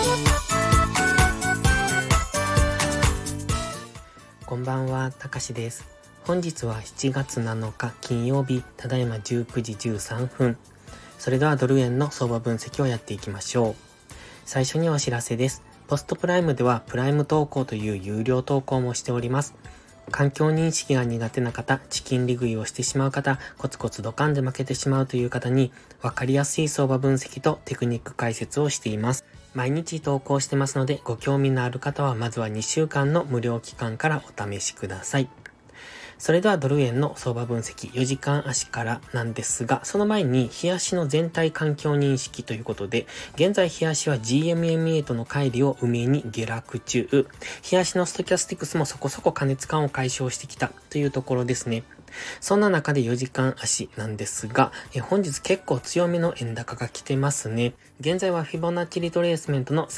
こんばんは、たかしです。本日は7月7日金曜日、ただいま19時13分。それではドル円の相場分析をやっていきましょう。最初にお知らせです。ポストプライムではプライム投稿という有料投稿もしております。環境認識が苦手な方、チキン利食いをしてしまう方、コツコツドカンで負けてしまうという方に、わかりやすい相場分析とテクニック解説をしています。毎日投稿してますので、ご興味のある方はまずは2週間の無料期間からお試しください。それではドル円の相場分析4時間足からなんですが、その前に日足の全体環境認識ということで、現在日足は GMMA との乖離を埋めに下落中。日足のストキャスティクスもそこそこ過熱感を解消してきたというところですね。そんな中で4時間足なんですが、本日結構強めの円高が来てますね。現在はフィボナッチリトレースメントの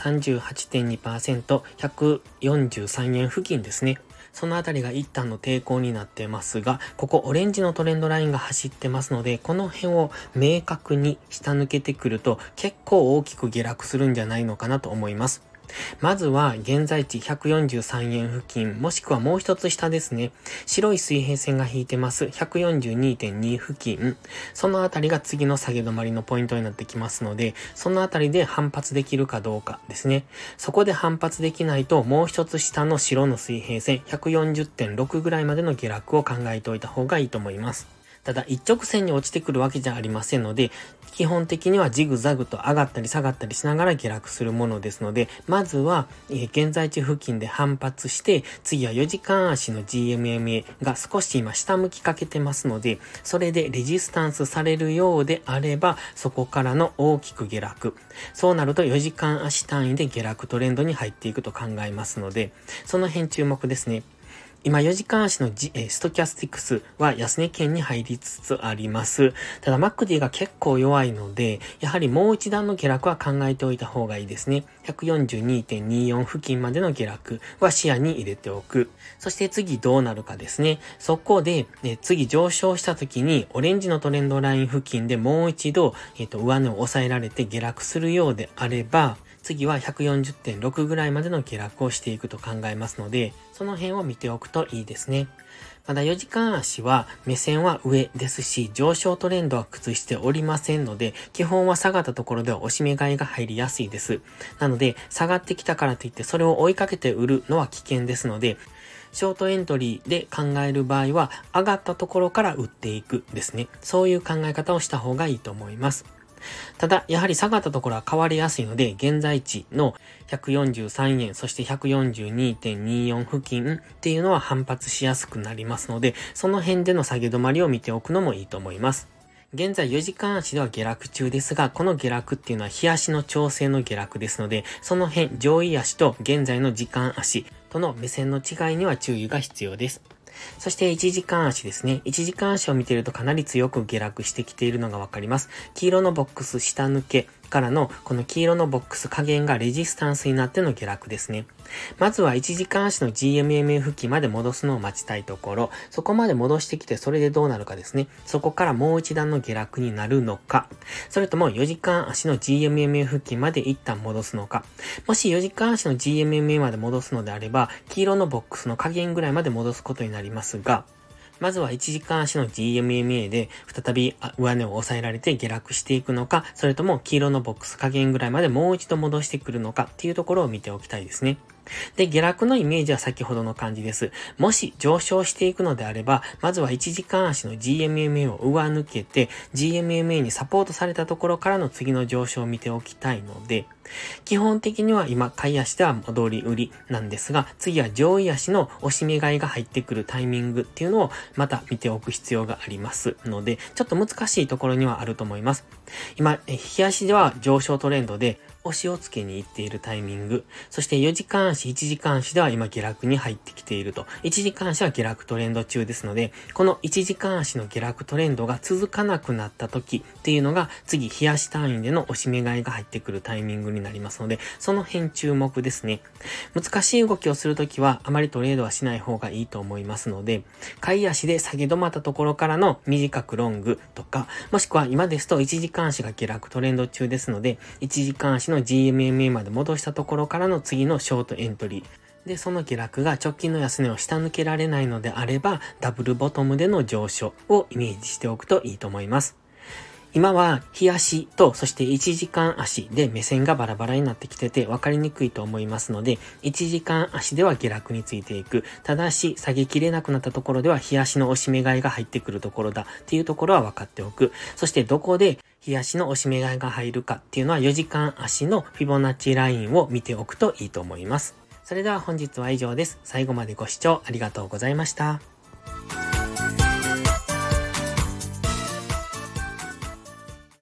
38.2%、143円付近ですね。そのあたりが一旦の抵抗になってますが、ここオレンジのトレンドラインが走ってますので、この辺を明確に下抜けてくると結構大きく下落するんじゃないのかなと思います。まずは現在地143円付近、もしくはもう一つ下ですね。白い水平線が引いてます 142.2 付近。そのあたりが次の下げ止まりのポイントになってきますので、そのあたりで反発できるかどうかですね。そこで反発できないと、もう一つ下の白の水平線 140.6 ぐらいまでの下落を考えておいた方がいいと思います。ただ一直線に落ちてくるわけじゃありませんので、基本的にはジグザグと上がったり下がったりしながら下落するものですので、まずは現在地付近で反発して、次は4時間足の GMMA が少し今下向きかけてますので、それでレジスタンスされるようであれば、そこからの大きく下落。そうなると4時間足単位で下落トレンドに入っていくと考えますので、その辺注目ですね。今4時間足の、ストキャスティクスは安値圏に入りつつあります。ただ MACD が結構弱いので、やはりもう一段の下落は考えておいた方がいいですね。142.24 付近までの下落は視野に入れておく。そして次どうなるかですね。そこで、次上昇した時にオレンジのトレンドライン付近でもう一度、上値を抑えられて下落するようであれば、次は 140.6 ぐらいまでの下落をしていくと考えますので、その辺を見ておくといいですね。まだ4時間足は目線は上ですし、上昇トレンドは崩しておりませんので、基本は下がったところでは押し目買いが入りやすいです。なので、下がってきたからといってそれを追いかけて売るのは危険ですので、ショートエントリーで考える場合は、上がったところから売っていくですね。そういう考え方をした方がいいと思います。ただ、やはり下がったところは変わりやすいので、現在地の143円、そして 142.24 付近っていうのは反発しやすくなりますので、その辺での下げ止まりを見ておくのもいいと思います。現在4時間足では下落中ですが、この下落っていうのは日足の調整の下落ですので、その辺上位足と現在の時間足との目線の違いには注意が必要です。そして1時間足ですね。1時間足を見ているとかなり強く下落してきているのがわかります。黄色のボックス下抜けからのこの黄色のボックス下限がレジスタンスになっての下落ですね。まずは1時間足の GMMA 付近まで戻すのを待ちたいところ、そこまで戻してきてそれでどうなるかですね。そこからもう一段の下落になるのか、それとも4時間足の GMMA 付近まで一旦戻すのか。もし4時間足の GMMA まで戻すのであれば、黄色のボックスの下限ぐらいまで戻すことになりますが、まずは1時間足の GMMA で再び上値を抑えられて下落していくのか、それとも黄色のボックス下限ぐらいまでもう一度戻してくるのかっていうところを見ておきたいですね。で、下落のイメージは先ほどの感じです。もし上昇していくのであれば、まずは1時間足の GMMA を上抜けて、GMMA にサポートされたところからの次の上昇を見ておきたいので、基本的には今、買い足では戻り売りなんですが、次は上位足の押し目買いが入ってくるタイミングっていうのをまた見ておく必要がありますので、ちょっと難しいところにはあると思います。今、日足では上昇トレンドで、押しをつけに行っているタイミング、そして4時間足、1時間足では今下落に入ってきていると。1時間足は下落トレンド中ですので、この1時間足の下落トレンドが続かなくなった時っていうのが、次、日足単位での押し目買いが入ってくるタイミングになりますので、その辺注目ですね。難しい動きをするときは、あまりトレードはしない方がいいと思いますので、買い足で下げ止まったところからの短くロングとか、もしくは今ですと1時間足が下落トレンド中ですので、1時間足のの GMMA まで戻したところからの次のショートエントリー。で、その下落が直近の安値を下抜けられないのであれば、ダブルボトムでの上昇をイメージしておくといいと思います。今は日足とそして1時間足で目線がバラバラになってきてて分かりにくいと思いますので、1時間足では下落についていく。ただし下げきれなくなったところでは日足の押し目買いが入ってくるところだっていうところは分かっておく。そしてどこで日足の押し目買いが入るかっていうのは4時間足のフィボナッチラインを見ておくといいと思います。それでは本日は以上です。最後までご視聴ありがとうございました。